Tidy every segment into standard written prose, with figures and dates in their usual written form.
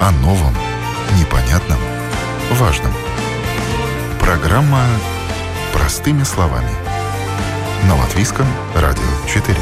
О новом, непонятном, важном. Программа «Простыми словами» на Латвийском радио 4.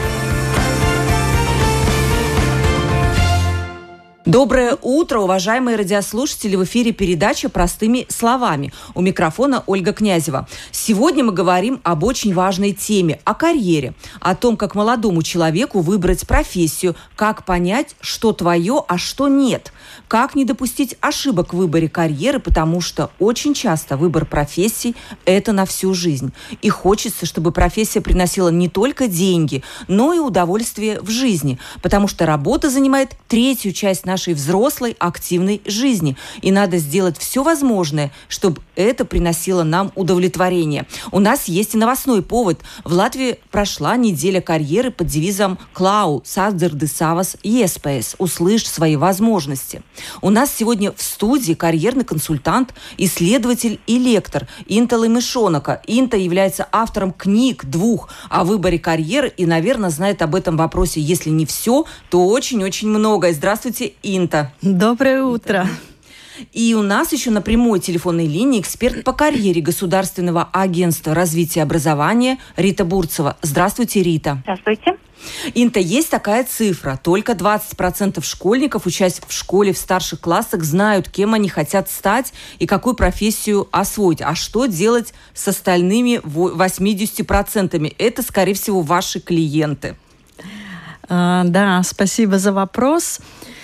Доброе утро, уважаемые радиослушатели! В эфире передача «Простыми словами». У микрофона Ольга Князева. Сегодня мы говорим об очень важной теме – о карьере. О том, как молодому человеку выбрать профессию, как понять, что твое, а что нет. Как не допустить ошибок в выборе карьеры, потому что очень часто выбор профессии – это на всю жизнь. И хочется, чтобы профессия приносила не только деньги, но и удовольствие в жизни, потому что работа занимает третью часть нашей взрослой активной жизни. И надо сделать все возможное, чтобы это приносило нам удовлетворение. У нас есть и новостной повод. В Латвии прошла неделя карьеры под девизом «Кlau sadzirdi savas iespējas» – «Услышь свои возможности». У нас сегодня в студии карьерный консультант, исследователь и лектор Инта Лемешонака. Инта является автором книг 2 о выборе карьеры и, наверное, знает об этом вопросе, если не все, то очень-очень многое. Здравствуйте, Инта. Доброе утро. И у нас еще на прямой телефонной линии эксперт по карьере Государственного агентства развития образования Рита Бурцева. Здравствуйте, Рита. Здравствуйте. Инта, есть такая цифра. Только 20% школьников, учась в школе в старших классах, знают, кем они хотят стать и какую профессию освоить. А что делать с остальными 80%? Это, скорее всего, ваши клиенты. Да, спасибо за вопрос.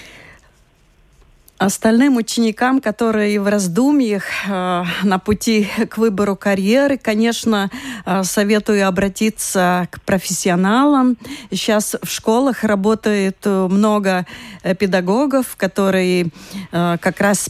Остальным ученикам, которые в раздумьях на пути к выбору карьеры, конечно, советую обратиться к профессионалам. Сейчас в школах работает много педагогов, которые как раз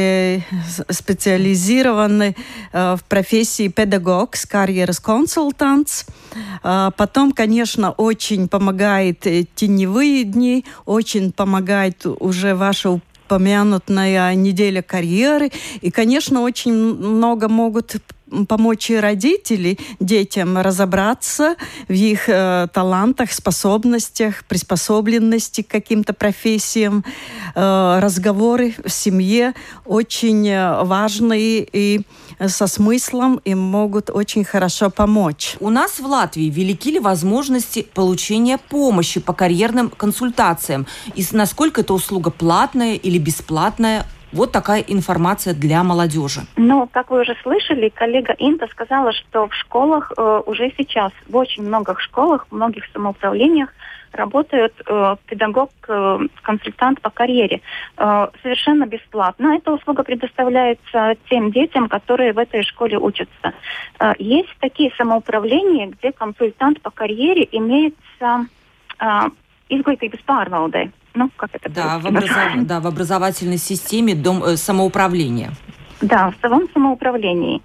специализированы в профессии педагог, карьерас консультант. Потом, конечно, очень помогает теневые дни, очень помогает уже ваша упомянутая неделя карьеры. И, конечно, очень много могут помочь и родители детям разобраться в их талантах, способностях, приспособленности к каким-то профессиям. Разговоры в семье очень важные и со смыслом и могут очень хорошо помочь. У нас в Латвии велики ли возможности получения помощи по карьерным консультациям? И насколько эта услуга платная или бесплатная? Вот такая информация для молодежи. Ну, как вы уже слышали, коллега Инта сказала, что в школах уже сейчас, в очень многих школах, в многих самоуправлениях работает педагог-консультант по карьере. Совершенно бесплатно. Эта услуга предоставляется тем детям, которые в этой школе учатся. Есть такие самоуправления, где консультант по карьере имеется изглытības pārvaldē. Ну, как это? Да, в образовательной системе самоуправления. Да, в самом самоуправлении.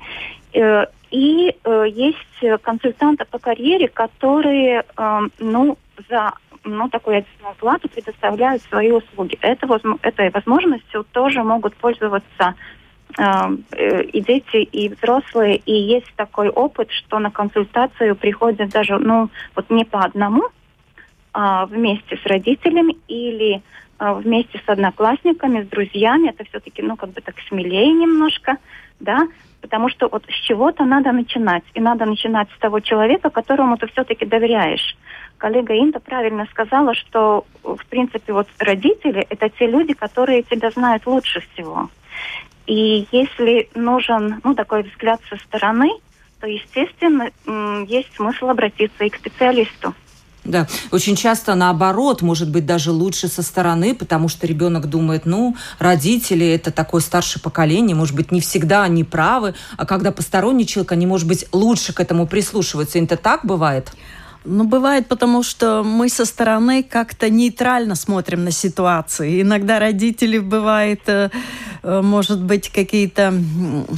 И есть консультанты по карьере, которые, за такую отдельную плату предоставляют свои услуги. Этой возможностью тоже могут пользоваться и дети, и взрослые. И есть такой опыт, что на консультацию приходят даже, не по одному, вместе с родителями или вместе с одноклассниками, с друзьями. Это все-таки, так смелее немножко, да, потому что вот с чего-то надо начинать. И надо начинать с того человека, которому ты все-таки доверяешь. Коллега Инта правильно сказала, что, в принципе, вот родители – это те люди, которые тебя знают лучше всего. И если нужен, такой взгляд со стороны, то, естественно, есть смысл обратиться и к специалисту. Да, очень часто наоборот, может быть, даже лучше со стороны, потому что ребенок думает, родители – это такое старшее поколение, может быть, не всегда они правы, а когда посторонний человек, они, может быть, лучше к этому прислушиваются. Это так бывает? Бывает, потому что мы со стороны как-то нейтрально смотрим на ситуацию. Иногда родители, бывает, может быть, какие-то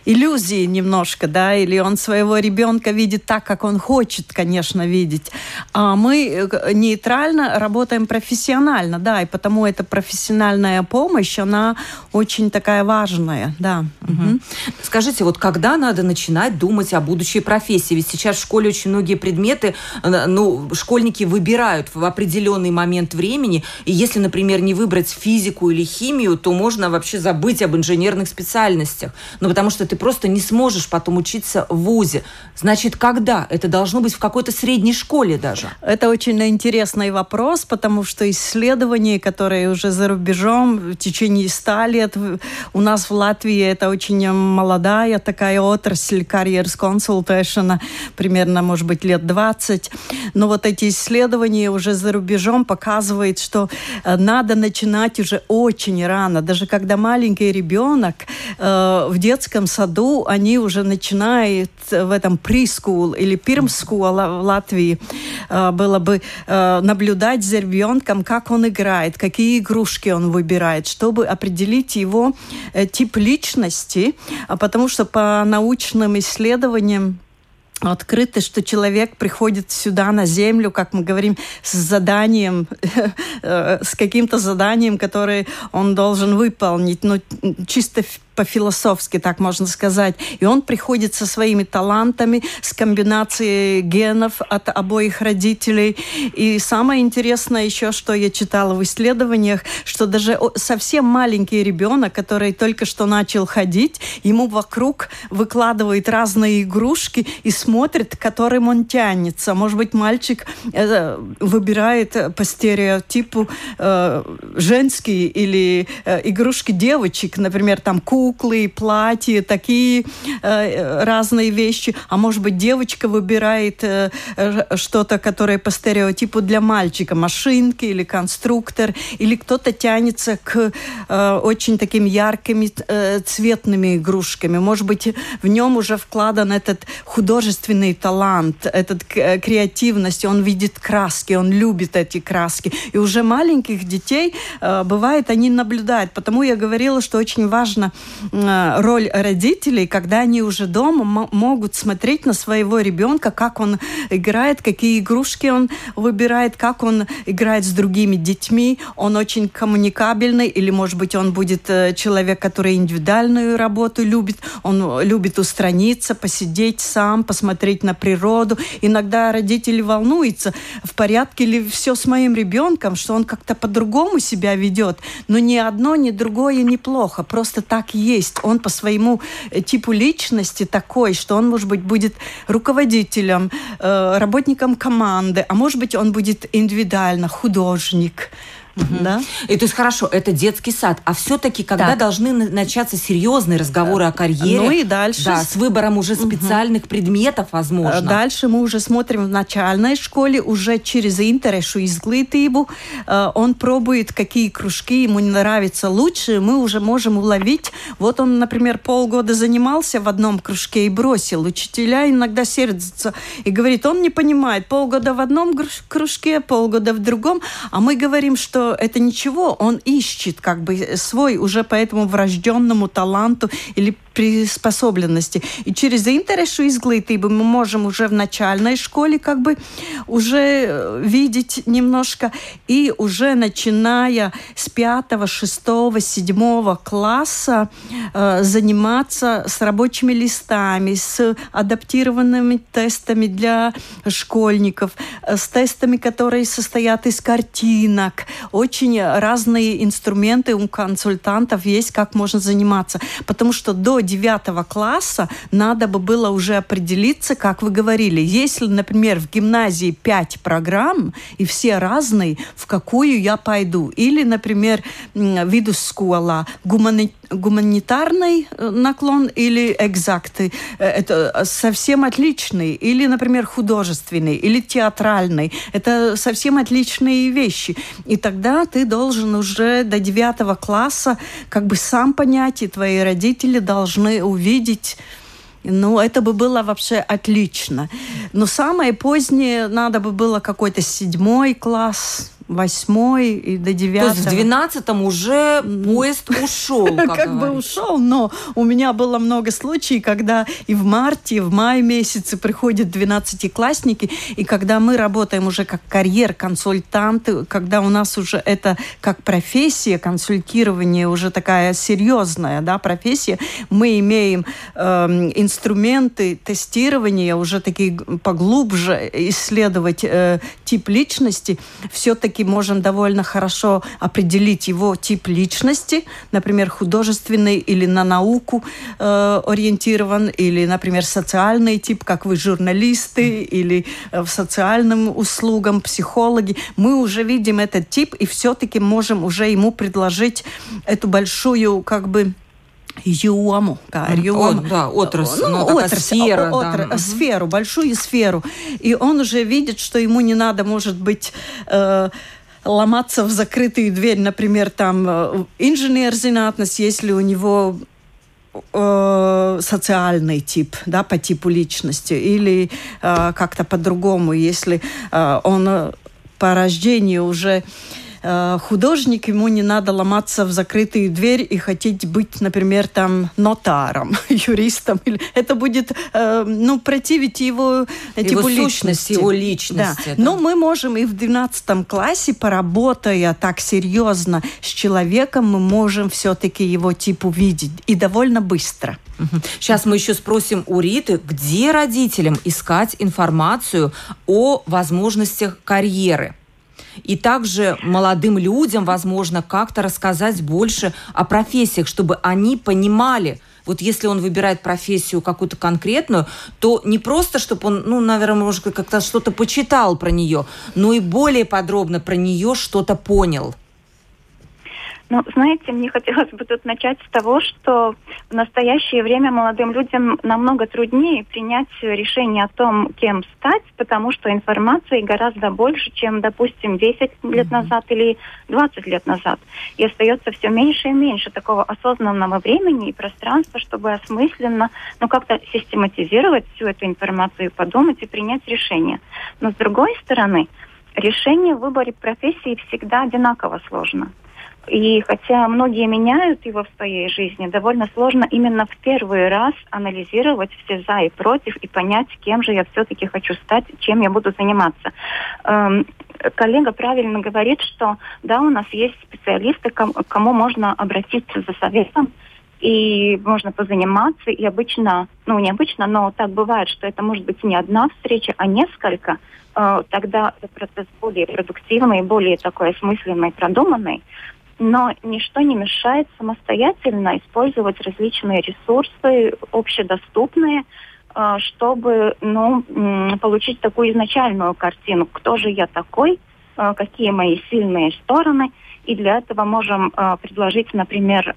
иллюзии немножко, да, или он своего ребенка видит так, как он хочет, конечно, видеть. А мы нейтрально работаем профессионально, да, и потому эта профессиональная помощь, она очень такая важная, да. Угу. Скажите, вот когда надо начинать думать о будущей профессии? Ведь сейчас в школе очень многие предметы, школьники выбирают в определенный момент времени, и если, например, не выбрать физику или химию, то можно вообще забыть об инженерных специальностях. Потому что ты просто не сможешь потом учиться в вузе. Значит, когда? Это должно быть в какой-то средней школе даже. Это очень интересный вопрос, потому что исследования, которые уже за рубежом в течение 100 лет, у нас в Латвии это очень молодая такая отрасль, карьерс консультейшена, примерно, может быть, лет 20. Но вот эти исследования уже за рубежом показывают, что надо начинать уже очень рано. Даже когда маленький ребенок в детском саду, они уже начинают в этом прескул или пирмскул в Латвии было бы наблюдать за ребенком, как он играет, какие игрушки он выбирает, чтобы определить его тип личности, потому что по научным исследованиям открыто, что человек приходит сюда на землю, как мы говорим, с заданием, с каким-то заданием, которое он должен выполнить, чисто по-философски, так можно сказать. И он приходит со своими талантами, с комбинацией генов от обоих родителей. И самое интересное еще, что я читала в исследованиях, что даже совсем маленький ребенок, который только что начал ходить, ему вокруг выкладывают разные игрушки и смотрит, к которым он тянется. Может быть, мальчик выбирает по стереотипу женские или игрушки девочек, например, там куклы, платья, такие разные вещи. А может быть, девочка выбирает что-то, которое по стереотипу для мальчика, машинки или конструктор, или кто-то тянется к очень таким яркими цветными игрушками. Может быть, в нем уже вкладан этот художественный талант, эта креативность, он видит краски, он любит эти краски. И уже маленьких детей, бывает, они наблюдают. Потому я говорила, что очень важна роль родителей, когда они уже дома могут смотреть на своего ребенка, как он играет, какие игрушки он выбирает, как он играет с другими детьми. Он очень коммуникабельный, или, может быть, он будет человек, который индивидуальную работу любит. Он любит устраниться, посидеть сам, посмотреть на природу. Иногда родители волнуются, в порядке ли все с моим ребенком, что он как-то по-другому себя ведет. Но ни одно, ни другое неплохо. Просто так есть. Он по своему типу личности такой, что он, может быть, будет руководителем, работником команды, а может быть, он будет индивидуально художник. Да? И то есть хорошо, это детский сад, а все-таки когда должны начаться серьезные разговоры о карьере? Ну и дальше. Да, с выбором уже специальных предметов, возможно. Дальше мы уже смотрим в начальной школе, уже через интересу изглытības. Он пробует, какие кружки ему нравятся лучше, мы уже можем уловить. Вот он, например, полгода занимался в одном кружке и бросил. Учителя иногда сердятся и говорит, он не понимает, полгода в одном кружке, полгода в другом, а мы говорим, что это ничего, он ищет как бы свой уже по этому врожденному таланту или приспособленности. И через интересу изглытības мы можем уже в начальной школе как бы уже видеть немножко, и уже начиная с 5, 6, 7 класса заниматься с рабочими листами, с адаптированными тестами для школьников, с тестами, которые состоят из картинок. Очень разные инструменты у консультантов есть, как можно заниматься. Потому что до 9 класса надо бы было уже определиться, как вы говорили. Если, например, в гимназии 5 программ, и все разные, в какую я пойду. Или, например, видусскола, гуманитарный наклон или экзакты. Это совсем отличный. Или, например, художественный, или театральный. Это совсем отличные вещи. И тогда ты должен уже до 9 класса как бы сам понять, и твои родители должны увидеть. Ну, это бы было вообще отлично. Но самое позднее надо бы было какой-то 7 класс, 8 и до 9. То есть в 12-м уже поезд ушел, как бы ушел, но у меня было много случаев, когда и в марте, и в мае месяце приходят 12-классники, и когда мы работаем уже как карьер-консультанты, когда у нас уже это как профессия, консультирование уже такая серьезная, да, профессия, мы имеем инструменты тестирования, уже такие поглубже исследовать тип личности, все-таки можем довольно хорошо определить его тип личности, например, художественный или на науку ориентирован, или, например, социальный тип, как вы журналисты, или в социальным услугам, психологи. Мы уже видим этот тип, и все-таки можем уже ему предложить эту большую, как бы, отрасль, сферу, большую сферу. И он уже видит, что ему не надо, может быть, ломаться в закрытую дверь, например, там инженер-зinātnes, если у него социальный тип, да, по типу личности, или как-то по-другому, если он по рождению уже художник, ему не надо ломаться в закрытую дверь и хотеть быть, например, там нотаром, юристом. Это будет противить его типу личности. Его личности. Да. Да. Но мы можем и в 12 классе, поработая так серьезно с человеком, мы можем все-таки его тип увидеть. И довольно быстро. Сейчас мы еще спросим у Риты, где родителям искать информацию о возможностях карьеры. И также молодым людям, возможно, как-то рассказать больше о профессиях, чтобы они понимали, вот если он выбирает профессию какую-то конкретную, то не просто, чтобы он, наверное, может, как-то что-то почитал про нее, но и более подробно про нее что-то понял. Знаете, мне хотелось бы тут начать с того, что в настоящее время молодым людям намного труднее принять решение о том, кем стать, потому что информации гораздо больше, чем, допустим, 10 лет назад или 20 лет назад. И остается все меньше и меньше такого осознанного времени и пространства, чтобы осмысленно, как-то систематизировать всю эту информацию, подумать и принять решение. Но с другой стороны, решение в выборе профессии всегда одинаково сложно. И хотя многие меняют его в своей жизни, довольно сложно именно в первый раз анализировать все за и против и понять, кем же я все-таки хочу стать, чем я буду заниматься. Коллега правильно говорит, что да, у нас есть специалисты, к кому можно обратиться за советом, и можно позаниматься, и обычно, необычно, но так бывает, что это может быть не одна встреча, а несколько. Тогда этот процесс более продуктивный, более такой осмысленный, продуманный. Но ничто не мешает самостоятельно использовать различные ресурсы, общедоступные, чтобы получить такую изначальную картину, кто же я такой, какие мои сильные стороны. И для этого можем предложить, например,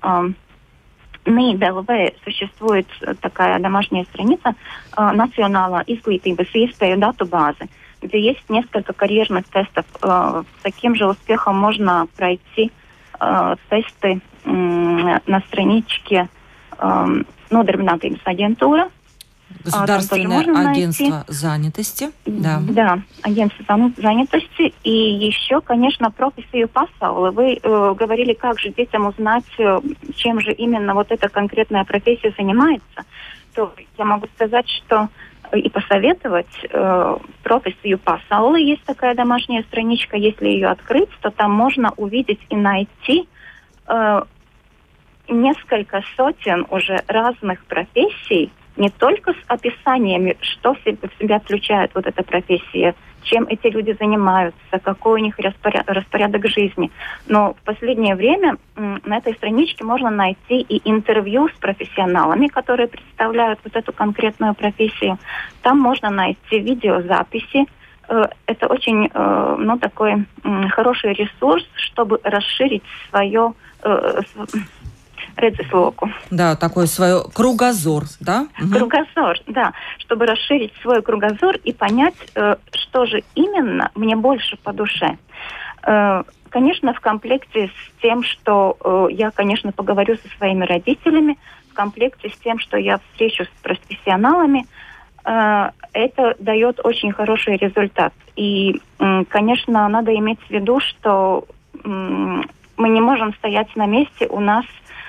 НИДЛВ, существует такая домашняя страница Национālā izglītības iespēju датабазы, где есть несколько карьерных тестов. С таким же успехом можно пройти тесты на страничке Nodarbinātības агентура. Государственное агентство занятости. Да, агентство занятости. И еще, конечно, профессию пасаулы. Вы говорили, как же детям узнать, чем же именно вот эта конкретная профессия занимается. То я могу сказать, что и посоветовать профессию пасаулы. Есть такая домашняя страничка. Если ее открыть, то там можно увидеть и найти несколько сотен уже разных профессий, не только с описаниями, что в себя включает вот эта профессия, чем эти люди занимаются, какой у них распорядок жизни. Но в последнее время на этой страничке можно найти и интервью с профессионалами, которые представляют вот эту конкретную профессию. Там можно найти видеозаписи. Это очень такой хороший ресурс, чтобы расширить свое рedzesloku. Да, такой свой кругозор, да? Кругозор, да. Чтобы расширить свой кругозор и понять, что же именно мне больше по душе. Конечно, в комплекте с тем, что я, конечно, поговорю со своими родителями, в комплекте с тем, что я встречусь с профессионалами, это дает очень хороший результат. И, конечно, надо иметь в виду, что мы не можем стоять на месте. У нас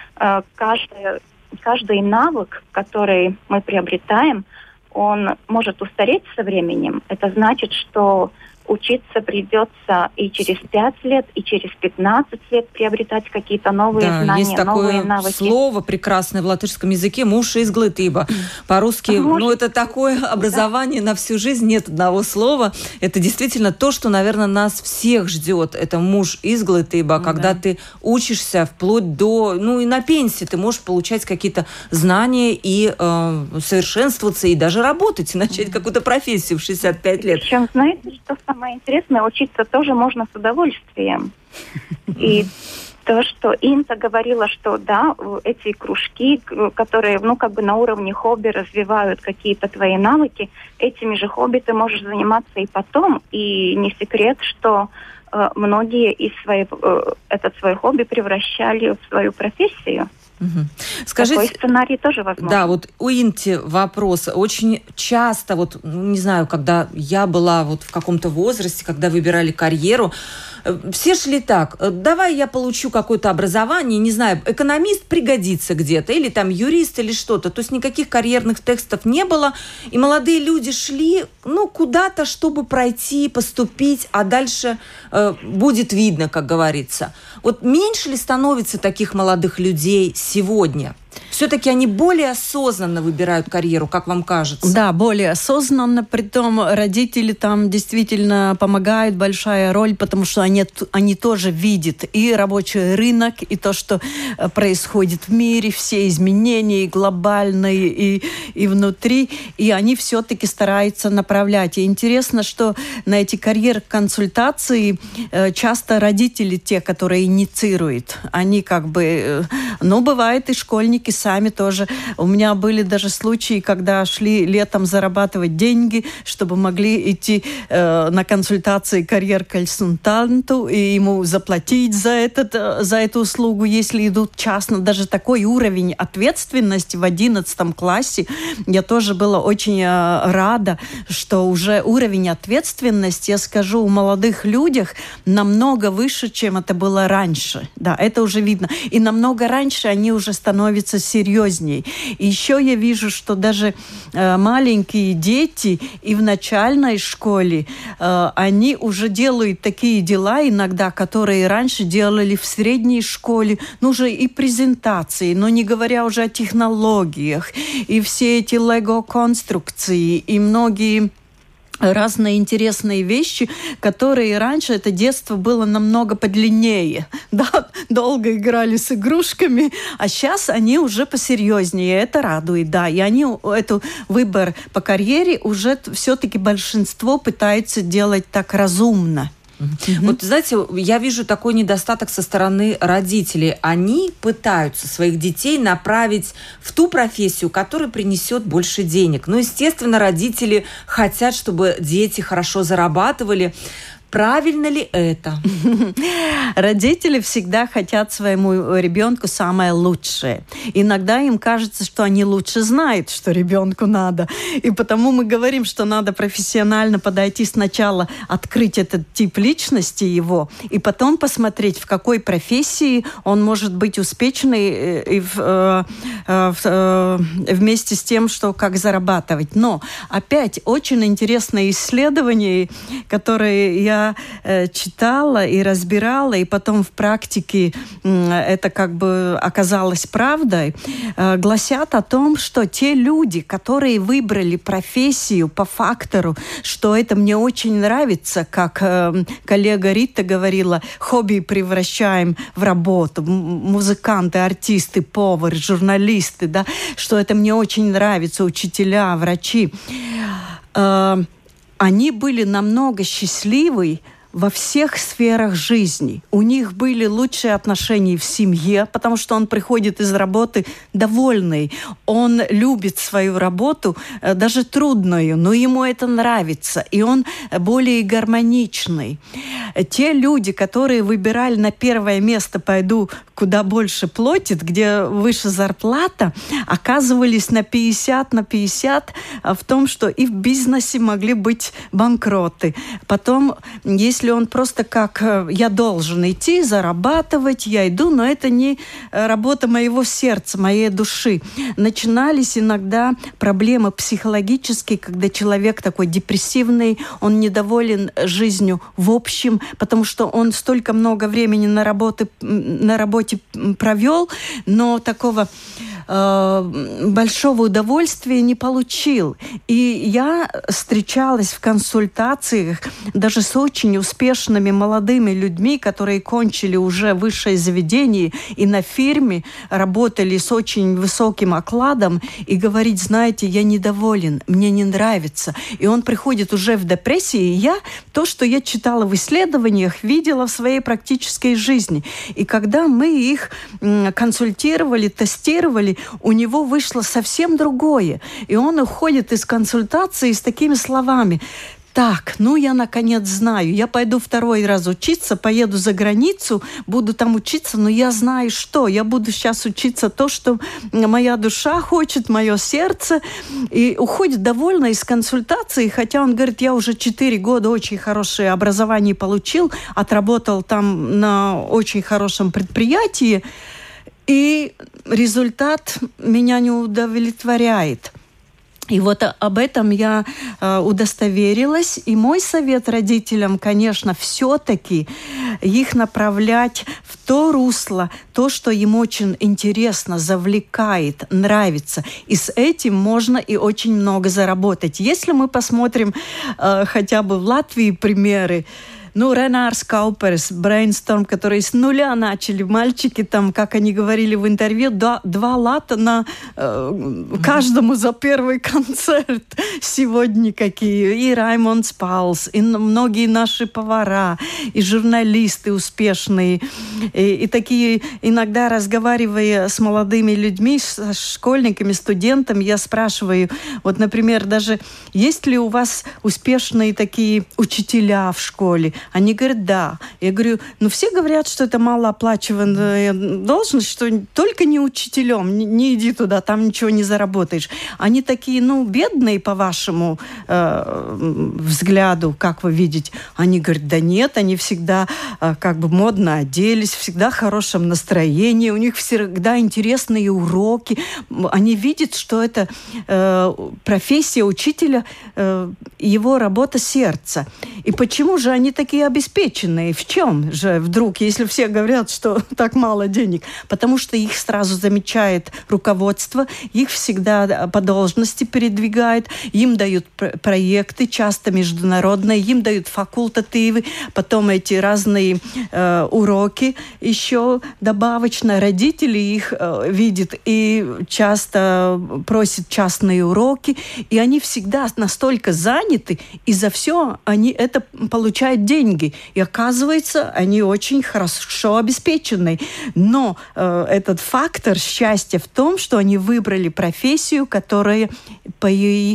каждый навык, который мы приобретаем, он может устареть со временем. Это значит, что учиться придется и через 5 лет, и через 15 лет приобретать какие-то новые знания, есть новые такое навыки. слово прекрасное в латышском языке «муж изглытыба». По-русски, это такое образование на всю жизнь, нет одного слова. Это действительно то, что, наверное, нас всех ждет. Это «муж изглытыба», когда ты учишься вплоть до... и на пенсии ты можешь получать какие-то знания и совершенствоваться, и даже работать, и начать какую-то профессию в 65 лет. Причем, знаете, что самое интересное, учиться тоже можно с удовольствием. И то, что Инта говорила, что да, эти кружки, которые, на уровне хобби развивают какие-то твои навыки, этими же хобби ты можешь заниматься и потом. И не секрет, что многие этот свой хобби превращали в свою профессию. Скажите, такой сценарий тоже возможен. Да, у Инти вопрос. Очень часто, не знаю, когда я была в каком-то возрасте, когда выбирали карьеру, все шли так: давай я получу какое-то образование, не знаю, экономист пригодится где-то, или там юрист, или что-то. То есть никаких карьерных текстов не было, и молодые люди шли, куда-то, чтобы пройти, поступить, а дальше будет видно, как говорится. Меньше ли становится таких молодых людей сегодня? Все-таки они более осознанно выбирают карьеру, как вам кажется? Да, более осознанно. Притом родители там действительно помогают, большая роль, потому что они тоже видят и рабочий рынок, и то, что происходит в мире, все изменения и глобальные, и внутри. И они все-таки стараются направлять. И интересно, что на эти карьер-консультации часто родители те, которые инициируют. Они бывает и школьники сами тоже. У меня были даже случаи, когда шли летом зарабатывать деньги, чтобы могли идти на консультации карьер-консультанту и ему заплатить за эту услугу, если идут частно. Даже такой уровень ответственности в 11 классе. Я тоже была очень рада, что уже уровень ответственности, я скажу, у молодых людях намного выше, чем это было раньше. Да, это уже видно. И намного раньше они уже становятся серьезней. И еще я вижу, что даже маленькие дети и в начальной школе они уже делают такие дела иногда, которые раньше делали в средней школе. Уже и презентации, но не говоря уже о технологиях. И все эти лего-конструкции, и многие разные интересные вещи, которые раньше, это детство было намного подлиннее. Да, долго играли с игрушками, а сейчас они уже посерьезнее. Это радует, да. И они эту выбор по карьере уже все-таки большинство пытаются делать так разумно. Знаете, я вижу такой недостаток со стороны родителей. Они пытаются своих детей направить в ту профессию, которая принесет больше денег. Естественно, родители хотят, чтобы дети хорошо зарабатывали. Правильно ли это? Родители всегда хотят своему ребенку самое лучшее. Иногда им кажется, что они лучше знают, что ребенку надо. И потому мы говорим, что надо профессионально подойти сначала, открыть этот тип личности его, и потом посмотреть, в какой профессии он может быть успешный и вместе с тем, что как зарабатывать. Но опять очень интересное исследование, которое я читала и разбирала, и потом в практике это оказалось правдой, гласят о том, что те люди, которые выбрали профессию по фактору, что это мне очень нравится, как коллега Рита говорила, хобби превращаем в работу, музыканты, артисты, повар, журналисты, да, что это мне очень нравится, учителя, врачи, они были намного счастливы во всех сферах жизни. У них были лучшие отношения в семье, потому что он приходит из работы довольный. Он любит свою работу, даже трудную, но ему это нравится, и он более гармоничный. те люди, которые выбирали на первое место «пойду, куда больше платят», где выше зарплата, оказывались на 50 в том, что и в бизнесе могли быть банкроты. Потом, если он просто как «я должен идти, зарабатывать, я иду», но это не работа моего сердца, моей души. Начинались иногда проблемы психологические, когда человек такой депрессивный, он недоволен жизнью в общем, потому что он столько много времени на работе провел, но такого большого удовольствия не получил. И я встречалась в консультациях даже с очень успешными молодыми людьми, которые кончили уже высшее заведение и на фирме работали с очень высоким окладом, и говорить: знаете, я недоволен, мне не нравится. И он приходит уже в депрессии, и то, что я читала в исследованиях, видела в своей практической жизни. И когда мы их консультировали, тестировали, у него вышло совсем другое. И он уходит из консультации с такими словами: так, я наконец знаю, я пойду второй раз учиться, поеду за границу, буду там учиться, но я знаю что, я буду сейчас учиться то, что моя душа хочет, мое сердце, и уходит довольно из консультации, хотя он говорит: я уже 4 года очень хорошее образование получил, отработал там на очень хорошем предприятии, и результат меня не удовлетворяет. И вот об этом я удостоверилась. И мой совет родителям, конечно, все-таки их направлять в то русло, то, что им очень интересно, завлекает, нравится. И с этим можно и очень много заработать. Если мы посмотрим хотя бы в Латвии примеры, Ренарс Кауперс, Brainstorm, которые с нуля начали, мальчики там, как они говорили в интервью, 2 лата каждому за первый концерт сегодня какие. И Раймонд Спалс, и многие наши повара, и журналисты успешные. И такие, иногда разговаривая с молодыми людьми, с школьниками, студентами, я спрашиваю, вот, например, даже есть ли у вас успешные такие учителя в школе? Они говорят: да. Я говорю: все говорят, что это малооплачиваемая должность, что только не учителем, не иди туда, там ничего не заработаешь. Они такие, бедные, по вашему взгляду, как вы видите. Они говорят: да нет, они всегда модно оделись, всегда в хорошем настроении, у них всегда интересные уроки. Они видят, что это профессия учителя, его работа сердца. И почему же они такие обеспеченные? В чем же вдруг, если все говорят, что так мало денег? Потому что их сразу замечает руководство, их всегда по должности передвигает, им дают проекты, часто международные, им дают факультативы, потом эти разные уроки еще добавочно. Родители их видят и часто просят частные уроки, и они всегда настолько заняты, и за все они это получают деньги. И оказывается, они очень хорошо обеспечены. Но этот фактор счастья в том, что они выбрали профессию, которая по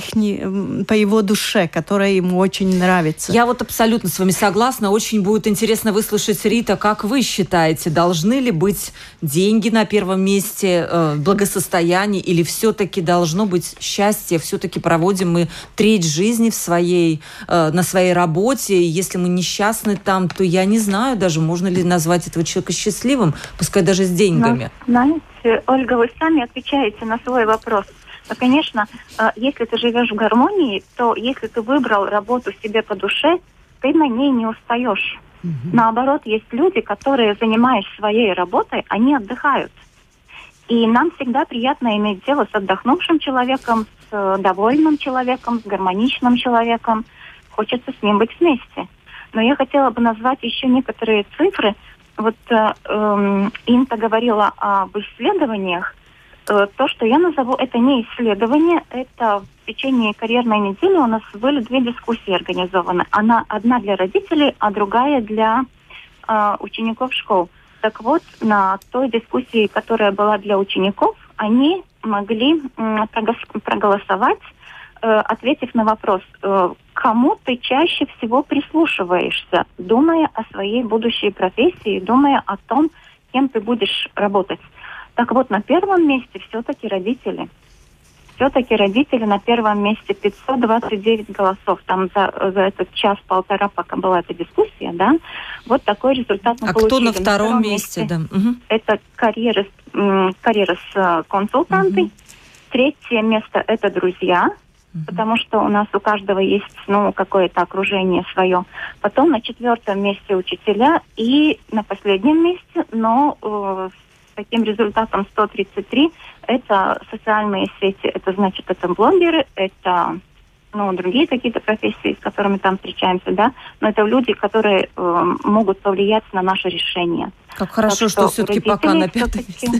его душе, которая ему очень нравится. Я вот абсолютно с вами согласна. Очень будет интересно выслушать, Рита, как вы считаете, должны ли быть деньги на первом месте, благосостояние, или все-таки должно быть счастье? Все-таки проводим мы треть жизни на своей работе. Если мы несчастны там, то я не знаю даже, можно ли назвать этого человека счастливым, пускай даже с деньгами. Знаете, Ольга, вы сами отвечаете на свой вопрос. Конечно, если ты живешь в гармонии, то если ты выбрал работу себе по душе, ты на ней не устаешь. Наоборот, есть люди, которые, занимаясь своей работой, они отдыхают. И нам всегда приятно иметь дело с отдохнувшим человеком, с довольным человеком, с гармоничным человеком. Хочется с ним быть вместе. Но я хотела бы назвать еще некоторые цифры. Вот Инта говорила об исследованиях. То, что я назову, это не исследование, это в течение карьерной недели у нас были 2 дискуссии организованы. Одна для родителей, а другая для учеников школ. Так вот, на той дискуссии, которая была для учеников, они могли проголосовать, ответив на вопрос, кому ты чаще всего прислушиваешься, думая о своей будущей профессии, думая о том, кем ты будешь работать. Так вот, на первом месте все-таки родители. Все-таки родители на первом месте. 529 голосов. Там за этот час-полтора, пока была эта дискуссия, да, вот такой результат мы получили. Кто на втором месте? Да. Угу. Это карьеры-консультанты. Третье место – это друзья, потому что у нас у каждого есть, какое-то окружение свое. Потом на четвертом месте учителя и на последнем месте, но с таким результатом 133 – это социальные сети, это значит, это блогеры, это другие какие-то профессии, с которыми там встречаемся, да, но это люди, которые могут повлиять на наше решение. Как хорошо, что все-таки пока на пятом месте.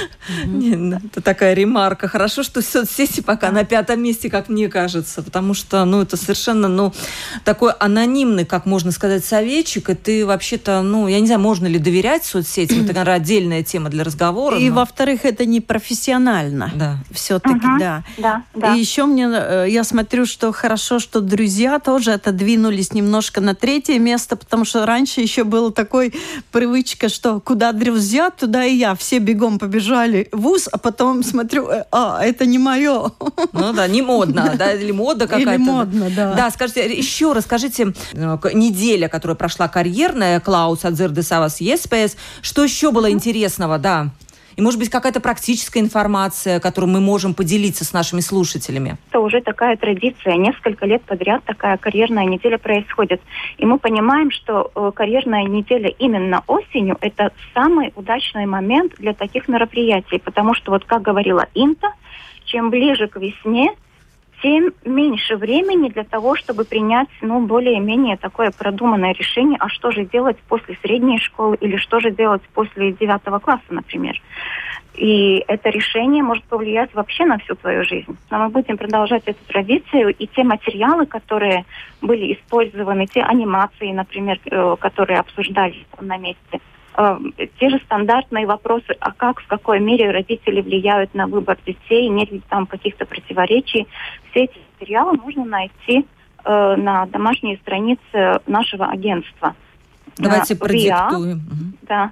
Это такая ремарка. Хорошо, что соцсети пока на пятом месте, как мне кажется, потому что, это совершенно, такой анонимный, как можно сказать, советчик, и ты вообще-то, я не знаю, можно ли доверять соцсетям, это, наверное, отдельная тема для разговора. И, во-вторых, это не профессионально. Да. Все-таки, да. Да. И еще я смотрю, что хорошо, что друзья тоже отодвинулись немножко на третье место, потому что раньше еще была такой привычка, что куда друзья, туда и я. Все бегом побежали в вуз, а потом смотрю, это не мое. Не модно, да, или мода какая-то. Или модно, да. Да, скажите, еще расскажите, неделя, которая прошла карьерная, Клаус Atzīrdesavas iespējas, что еще было интересного, да? И, может быть, какая-то практическая информация, которую мы можем поделиться с нашими слушателями? Это уже такая традиция. Несколько лет подряд такая карьерная неделя происходит. И мы понимаем, что карьерная неделя именно осенью – это самый удачный момент для таких мероприятий. Потому что, как говорила Инта, чем ближе к весне, тем меньше времени для того, чтобы принять, более-менее такое продуманное решение, а что же делать после средней школы или что же делать после 9 класса, например. И это решение может повлиять вообще на всю твою жизнь. Но мы будем продолжать эту традицию, и те материалы, которые были использованы, те анимации, например, которые обсуждались на месте, те же стандартные вопросы, а как, в какой мере родители влияют на выбор детей, нет ли там каких-то противоречий. Все эти материалы можно найти на домашней странице нашего агентства. Давайте продиктуем. Да,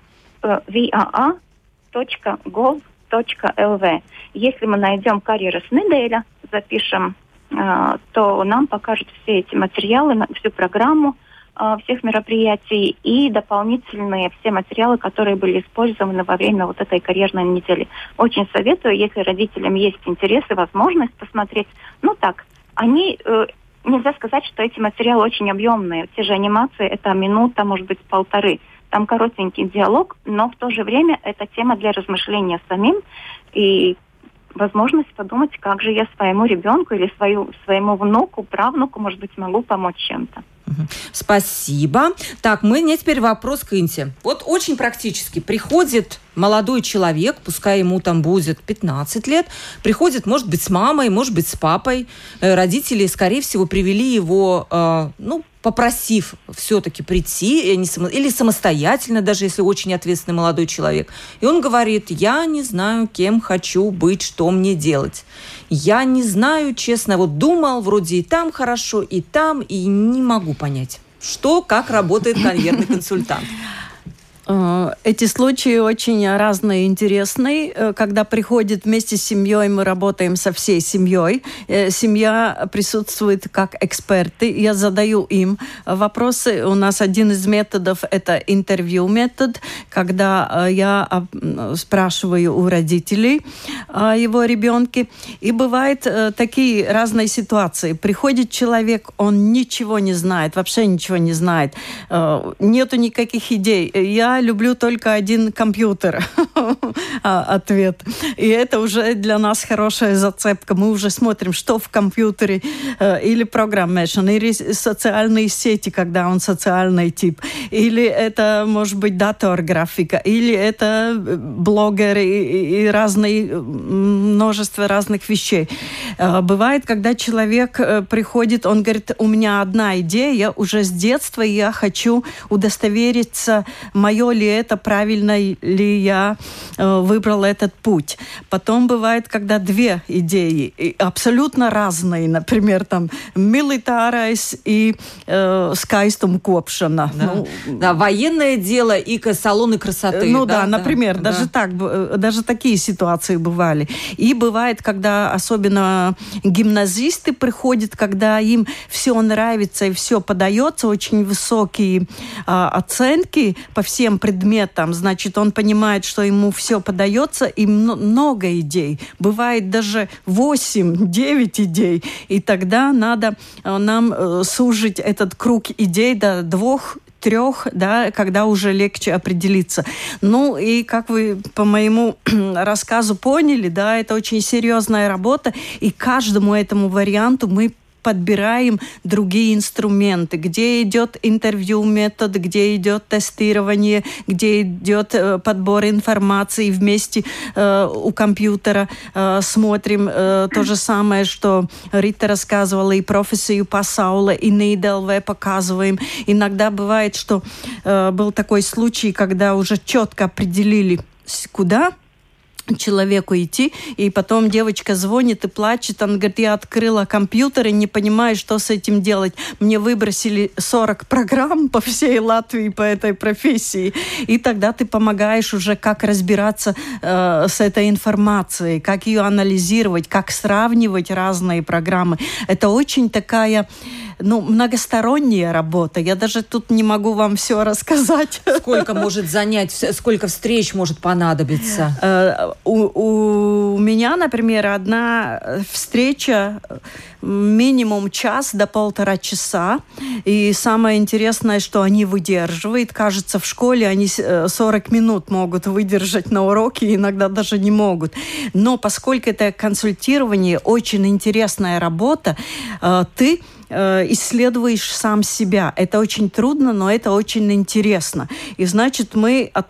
vaa.gov.lv. Если мы найдем «Карьерас недēļa», запишем, то нам покажут все эти материалы, всю программу всех мероприятий и дополнительные все материалы, которые были использованы во время этой карьерной недели. Очень советую, если родителям есть интерес и возможность посмотреть. Нельзя сказать, что эти материалы очень объемные. Те же анимации, это минута, может быть, полторы. Там коротенький диалог, но в то же время это тема для размышления самим и возможность подумать, как же я своему ребенку или своему внуку, правнуку, может быть, могу помочь чем-то. Спасибо. Так, у меня теперь вопрос к Инте. Очень практически. Приходит молодой человек, пускай ему там будет 15 лет, приходит, может быть, с мамой, может быть, с папой. Родители, скорее всего, привели его, попросив все-таки прийти, или самостоятельно, даже если очень ответственный молодой человек. И он говорит: я не знаю, кем хочу быть, что мне делать. Я не знаю, честно, думал, вроде и там хорошо, и там, и не могу понять, как работает карьерный консультант. Эти случаи очень разные и интересные. Когда приходит вместе с семьей, мы работаем со всей семьей. Семья присутствует как эксперты. Я задаю им вопросы. У нас один из методов – это интервью-метод, когда я спрашиваю у родителей о его ребенке. И бывают такие разные ситуации. Приходит человек, он ничего не знает, вообще ничего не знает. Нету никаких идей. Я люблю только один компьютер. Ответ. И это уже для нас хорошая зацепка. Мы уже смотрим, что в компьютере, или программирование, или социальные сети, когда он социальный тип, или это, может быть, датор-графика, или это блогеры и множество разных вещей. Бывает, когда человек приходит, он говорит: у меня одна идея, уже с детства я хочу удостовериться, мое мое ли это, правильно ли я выбрал этот путь. Потом бывает, когда две идеи абсолютно разные, например, там милитарайс и скайстум копшана. Да. Да, военное дело и салоны красоты. Например, даже такие ситуации бывали. И бывает, когда особенно гимназисты приходят, когда им все нравится и все подается, очень высокие оценки по всем предметам, значит, он понимает, что ему все подается, и много идей. Бывает даже 8-9 идей. И тогда надо нам сужить этот круг идей до 2-3, да, когда уже легче определиться. Ну, и как вы по моему рассказу поняли, да, это очень серьезная работа, и каждому этому варианту мы подбираем другие инструменты, где идет интервью метод, где идет тестирование, где идет подбор информации, вместе у компьютера смотрим то же самое, что Рита рассказывала, и профессию Пасаула, и НИДЛВ показываем. Иногда бывает, что был такой случай, когда уже четко определили, куда человеку идти, и потом девочка звонит и плачет, она говорит, я открыла компьютер и не понимаю, что с этим делать. Мне выбросили 40 программ по всей Латвии по этой профессии, и тогда ты помогаешь уже, как разбираться с этой информацией, как ее анализировать, как сравнивать разные программы. Это очень такая многосторонняя работа. Я даже тут не могу вам все рассказать. Сколько может занять, сколько встреч может понадобиться? У меня, например, одна встреча минимум час до 1,5 часа. И самое интересное, что они выдерживают. Кажется, в школе они 40 минут могут выдержать на уроке, иногда даже не могут. Но поскольку это консультирование, очень интересная работа, ты исследуешь сам себя. Это очень трудно, но это очень интересно. И значит, мы от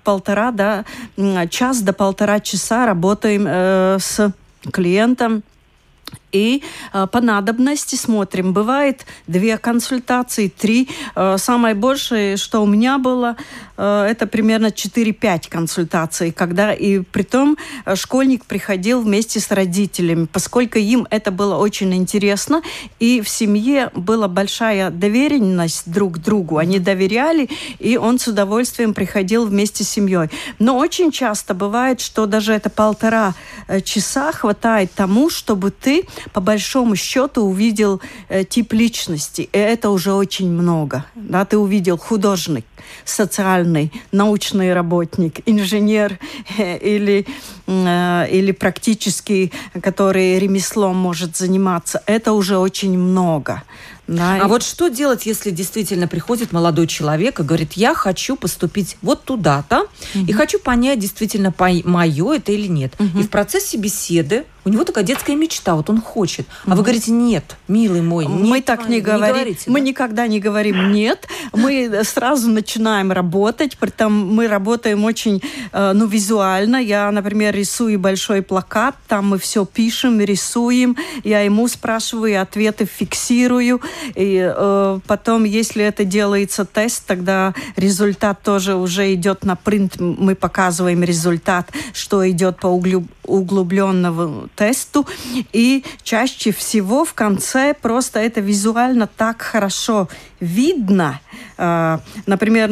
1,5 до 1,5 часа работаем с клиентом. И по надобности смотрим. Бывает 2 консультации, 3. Самое большее, что у меня было, это примерно 4-5 консультаций, когда и притом школьник приходил вместе с родителями, поскольку им это было очень интересно, и в семье была большая доверенность друг к другу. Они доверяли, и он с удовольствием приходил вместе с семьей. Но очень часто бывает, что даже это 1,5 часа хватает тому, чтобы ты по большому счету увидел тип личности. И это уже очень много. Да? Ты увидел художник, социальный, научный работник, инженер или практически, который ремеслом может заниматься. Это уже очень много. Да. А вот что делать, если действительно приходит молодой человек и говорит, я хочу поступить вот туда-то, и хочу понять, действительно, мое это или нет. И в процессе беседы у него такая детская мечта, вот он хочет. А вы говорите, нет, милый мой, нет. Мы так не говорим. Мы никогда не говорим нет. Мы сразу начинаем работать, притом мы работаем очень визуально. Я, например, рисую большой плакат, там мы все пишем, рисуем. Я ему спрашиваю, ответы фиксирую. И потом, если это делается тест, тогда результат тоже уже идет на принт. Мы показываем результат, что идет по углубленному тесту. И чаще всего в конце просто это визуально так хорошо видно. Например,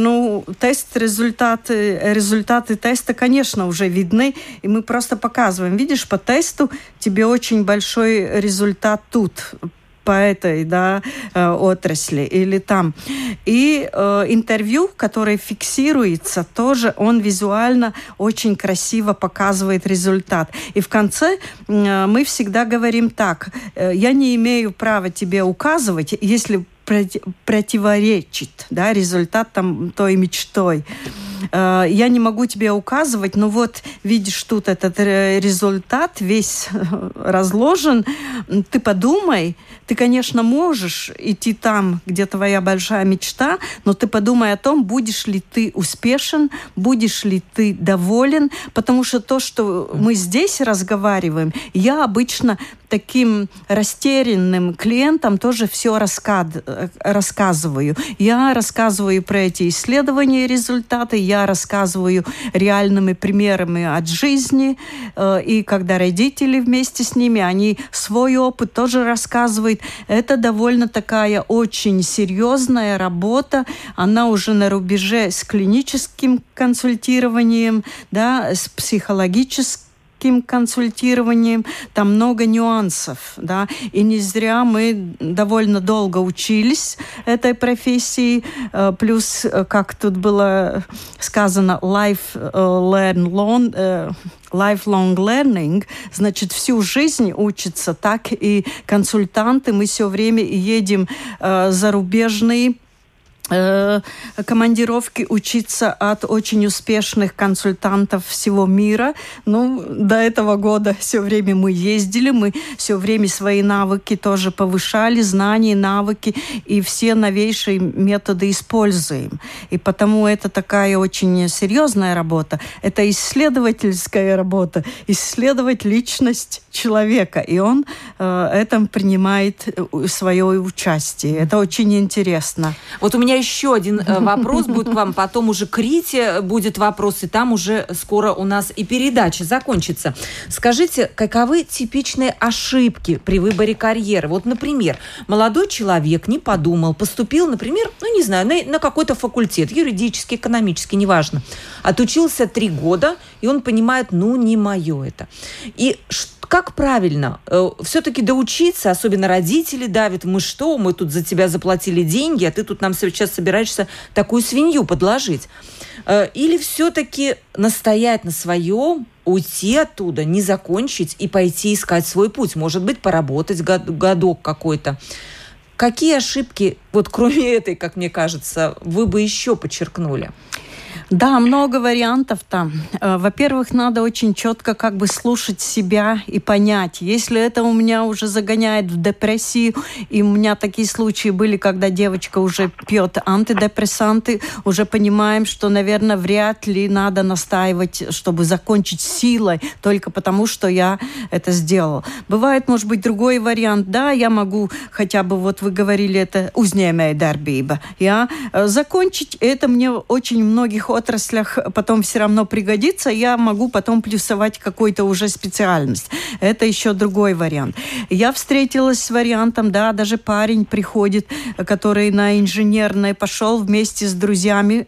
результаты теста, конечно, уже видны. И мы просто показываем. Видишь, по тесту тебе очень большой результат тут, по этой отрасли или там. И интервью, которое фиксируется, тоже он визуально очень красиво показывает результат. И в конце мы всегда говорим так, я не имею права тебе указывать, если противоречит результат той мечтой. Я не могу тебе указывать, но вот видишь, тут этот результат весь разложен. Ты подумай, ты, конечно, можешь идти там, где твоя большая мечта, но ты подумай о том, будешь ли ты успешен, будешь ли ты доволен, потому что то, что мы здесь разговариваем, я обычно таким растерянным клиентам тоже все рассказываю. Я рассказываю про эти исследования и результаты, я рассказываю реальными примерами от жизни, и когда родители вместе с ними, они свой опыт тоже рассказывают. Это довольно такая очень серьезная работа, она уже на рубеже с клиническим консультированием, да, с психологическим консультированием, там много нюансов, да, и не зря мы довольно долго учились этой профессии, плюс, как тут было сказано, lifelong learning, значит, всю жизнь учатся, так и консультанты, мы все время едем зарубежные командировки учиться от очень успешных консультантов всего мира. Ну, до этого года все время мы ездили, мы все время свои навыки тоже повышали, знания, навыки, и все новейшие методы используем. И потому это такая очень серьезная работа. Это исследовательская работа, исследовать личность человека, и он этом принимает свое участие. Это очень интересно. Вот у меня еще один вопрос будет к вам, потом уже к Рите будет вопрос, и там уже скоро у нас и передача закончится. Скажите, каковы типичные ошибки при выборе карьеры? Вот, например, молодой человек не подумал, поступил, например, ну, не знаю, на какой-то факультет, юридический, экономический, неважно. Отучился 3 года, и он понимает, ну, не мое это. И как правильно все-таки доучиться, особенно родители давят, мы тут за тебя заплатили деньги, а ты тут нам сейчас собираешься такую свинью подложить. Или все-таки настоять на своем, уйти оттуда, не закончить и пойти искать свой путь, может быть, поработать годок какой-то. Какие ошибки, вот кроме этой, как мне кажется, вы бы еще подчеркнули? Да, много вариантов там. Во-первых, надо очень четко как бы слушать себя и понять, если это у меня уже загоняет в депрессию, и у меня такие случаи были, когда девочка уже пьет антидепрессанты, уже понимаем, что, наверное, вряд ли надо настаивать, чтобы закончить силой, только потому, что я это сделал. Бывает, может быть, другой вариант. Да, я могу хотя бы, вот вы говорили, это uzņēmējdarbība. Закончить это мне очень многих отраслях потом все равно пригодится, я могу потом плюсовать какую-то уже специальность. Это еще другой вариант. Я встретилась с вариантом, да, даже парень приходит, который на инженерное пошел вместе с друзьями,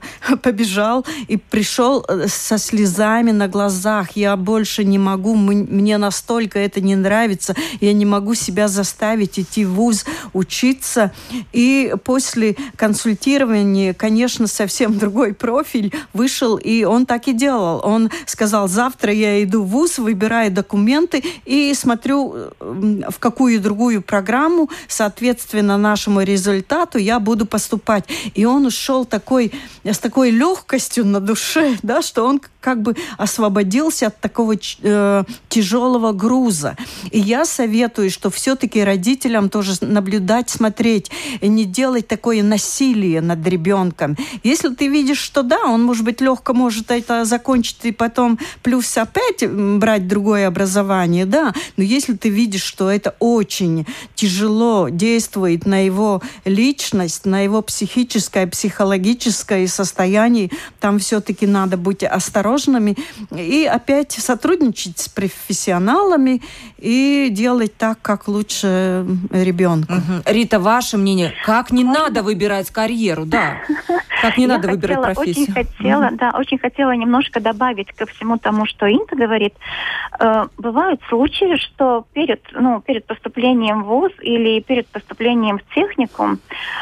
побежал и пришел со слезами на глазах. Я больше не могу, мне настолько это не нравится, я не могу себя заставить идти в вуз, учиться. И после консультирования, конечно, совсем другой профиль вышел, и он так и делал. Он сказал, завтра я иду в вуз, выбираю документы и смотрю, в какую другую программу, соответственно, нашему результату я буду поступать. И он ушел с такой легкостью на душе, да, что он как бы освободился от такого тяжелого груза. И я советую, что все-таки родителям тоже наблюдать, смотреть, и не делать такое насилие над ребенком. Если ты видишь, что да, он, может быть, легко может это закончить и потом плюс опять брать другое образование, да, но если ты видишь, что это очень тяжело действует на его личность, на его психическое, психологическое состояние, там все-таки надо быть осторожными и опять сотрудничать с профессионалами и делать так, как лучше ребенку. Рита, ваше мнение, как не надо выбирать карьеру, да? Как не надо выбирать профессию? Очень хотела немножко добавить ко всему тому, что Инта говорит. Бывают случаи, что перед поступлением в вуз или перед поступлением в техникум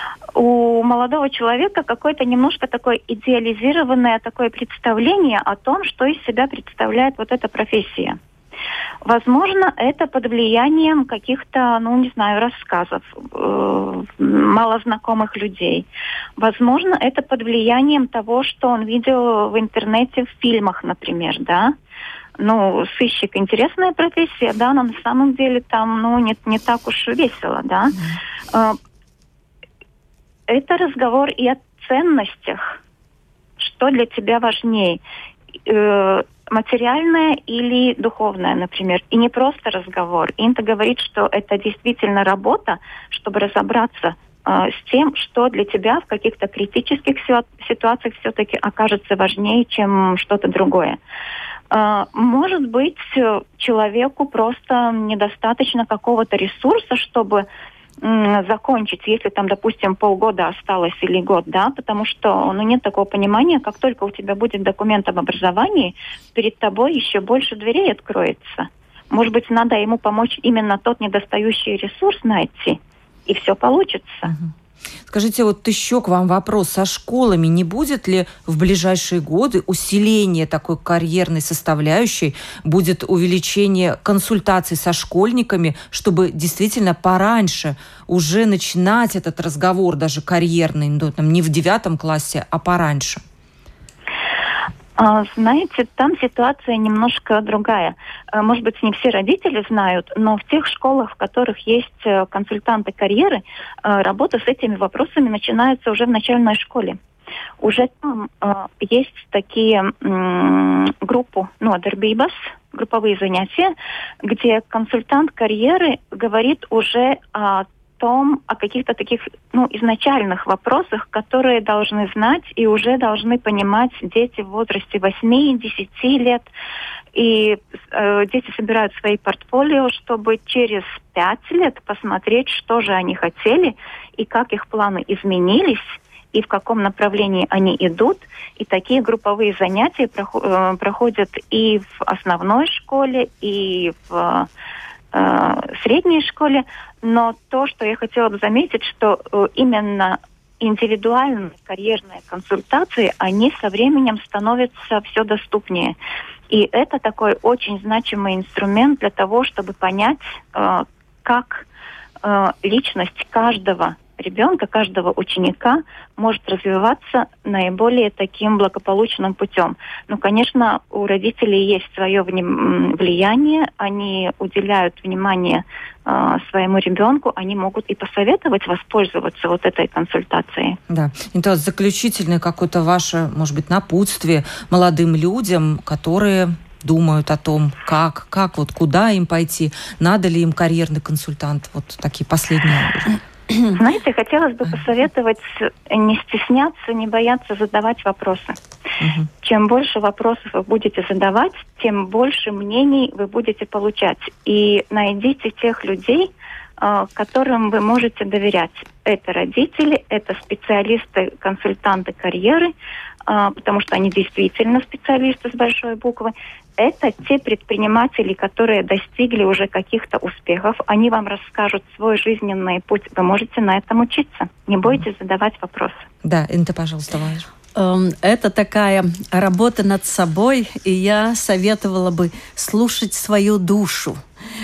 у молодого человека какое-то немножко такое идеализированное такое представление о том, что из себя представляет вот эта профессия. Возможно, это под влиянием каких-то, рассказов малознакомых людей. Возможно, это под влиянием того, что он видел в интернете, в фильмах, например, да. Сыщик — интересная профессия, да, но на самом деле там, не так уж весело, да. Это разговор и о ценностях, что для тебя важнее. материальное или духовное, например. И не просто разговор. Инта говорит, что это действительно работа, чтобы разобраться с тем, что для тебя в каких-то критических ситуациях все-таки окажется важнее, чем что-то другое. Может быть, человеку просто недостаточно какого-то ресурса, чтобы закончить, если там, допустим, полгода осталось или год, да, потому что нет такого понимания, как только у тебя будет документ об образовании, перед тобой еще больше дверей откроется. Может быть, надо ему помочь именно тот недостающий ресурс найти, и все получится. Скажите, вот еще к вам вопрос. Со школами не будет ли в ближайшие годы усиление такой карьерной составляющей, будет увеличение консультаций со школьниками, чтобы действительно пораньше уже начинать этот разговор, даже карьерный, не в 9 классе, а пораньше? Знаете, там ситуация немножко другая. Может быть, не все родители знают, но в тех школах, в которых есть консультанты карьеры, работа с этими вопросами начинается уже в начальной школе. Уже там есть такие группы, дarbības, групповые занятия, где консультант карьеры говорит уже о каких-то таких изначальных вопросах, которые должны знать и уже должны понимать дети в возрасте 8-10 лет. И дети собирают свои портфолио, чтобы через 5 лет посмотреть, что же они хотели и как их планы изменились, и в каком направлении они идут. И такие групповые занятия проходят и в основной школе, и в средней школе. Но то, что я хотела бы заметить, что именно индивидуальные карьерные консультации, они со временем становятся все доступнее. И это такой очень значимый инструмент для того, чтобы понять, как личность каждого ребенка, каждого ученика может развиваться наиболее таким благополучным путем. Конечно, у родителей есть свое влияние, они уделяют внимание своему ребенку, они могут и посоветовать воспользоваться вот этой консультацией. Да. Это заключительное какое-то ваше, может быть, напутствие молодым людям, которые думают о том, куда им пойти, надо ли им карьерный консультант. Вот такие последние. Знаете, хотелось бы посоветовать не стесняться, не бояться задавать вопросы. Чем больше вопросов вы будете задавать, тем больше мнений вы будете получать. И найдите тех людей, которым вы можете доверять. Это родители, это специалисты, консультанты карьеры, потому что они действительно специалисты с большой буквы. Это те предприниматели, которые достигли уже каких-то успехов. Они вам расскажут свой жизненный путь. Вы можете на этом учиться. Не бойтесь задавать вопросы. Да, Инта, пожалуйста, Валерия. Это такая работа над собой, и я советовала бы слушать свою душу,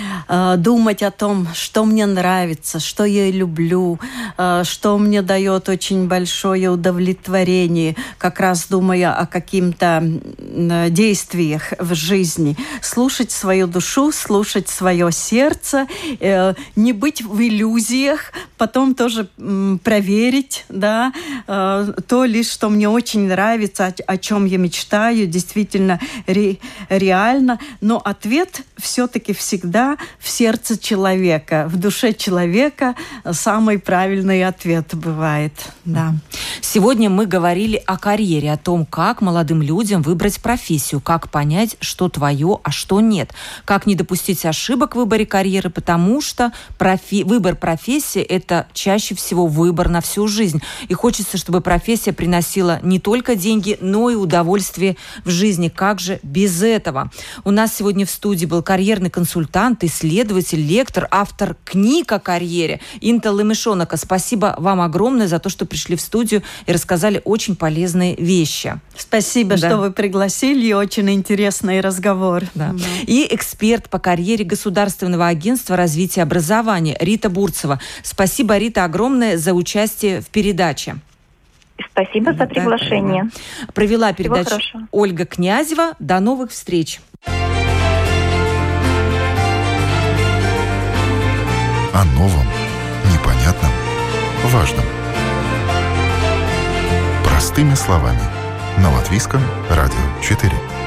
думать о том, что мне нравится, что я люблю, что мне дает очень большое удовлетворение, как раз думая о каких-то действиях в жизни. Слушать свою душу, слушать свое сердце, не быть в иллюзиях, потом тоже проверить, да, то лишь, что мне очень нравится, о чем я мечтаю, действительно реально. Но ответ все-таки всегда в сердце человека, в душе человека самый правильный ответ бывает. Да. Сегодня мы говорили о карьере, о том, как молодым людям выбрать профессию, как понять, что твое, а что нет, как не допустить ошибок в выборе карьеры, потому что выбор профессии – это чаще всего выбор на всю жизнь. И хочется, чтобы профессия приносила не только деньги, но и удовольствие в жизни. Как же без этого? У нас сегодня в студии был карьерный консультант, исследователь, лектор, автор книг о карьере Инта Лемешонака. Спасибо вам огромное за то, что пришли в студию и рассказали очень полезные вещи. Спасибо, что вы пригласили. Очень интересный разговор. Да. И эксперт по карьере Государственного агентства развития образования Рита Бурцева. Спасибо, Рита, огромное за участие в передаче. Спасибо за приглашение. Провела передачу Ольга Князева. До новых встреч. О новом, непонятном, важном. Простыми словами. На Латвийском радио 4.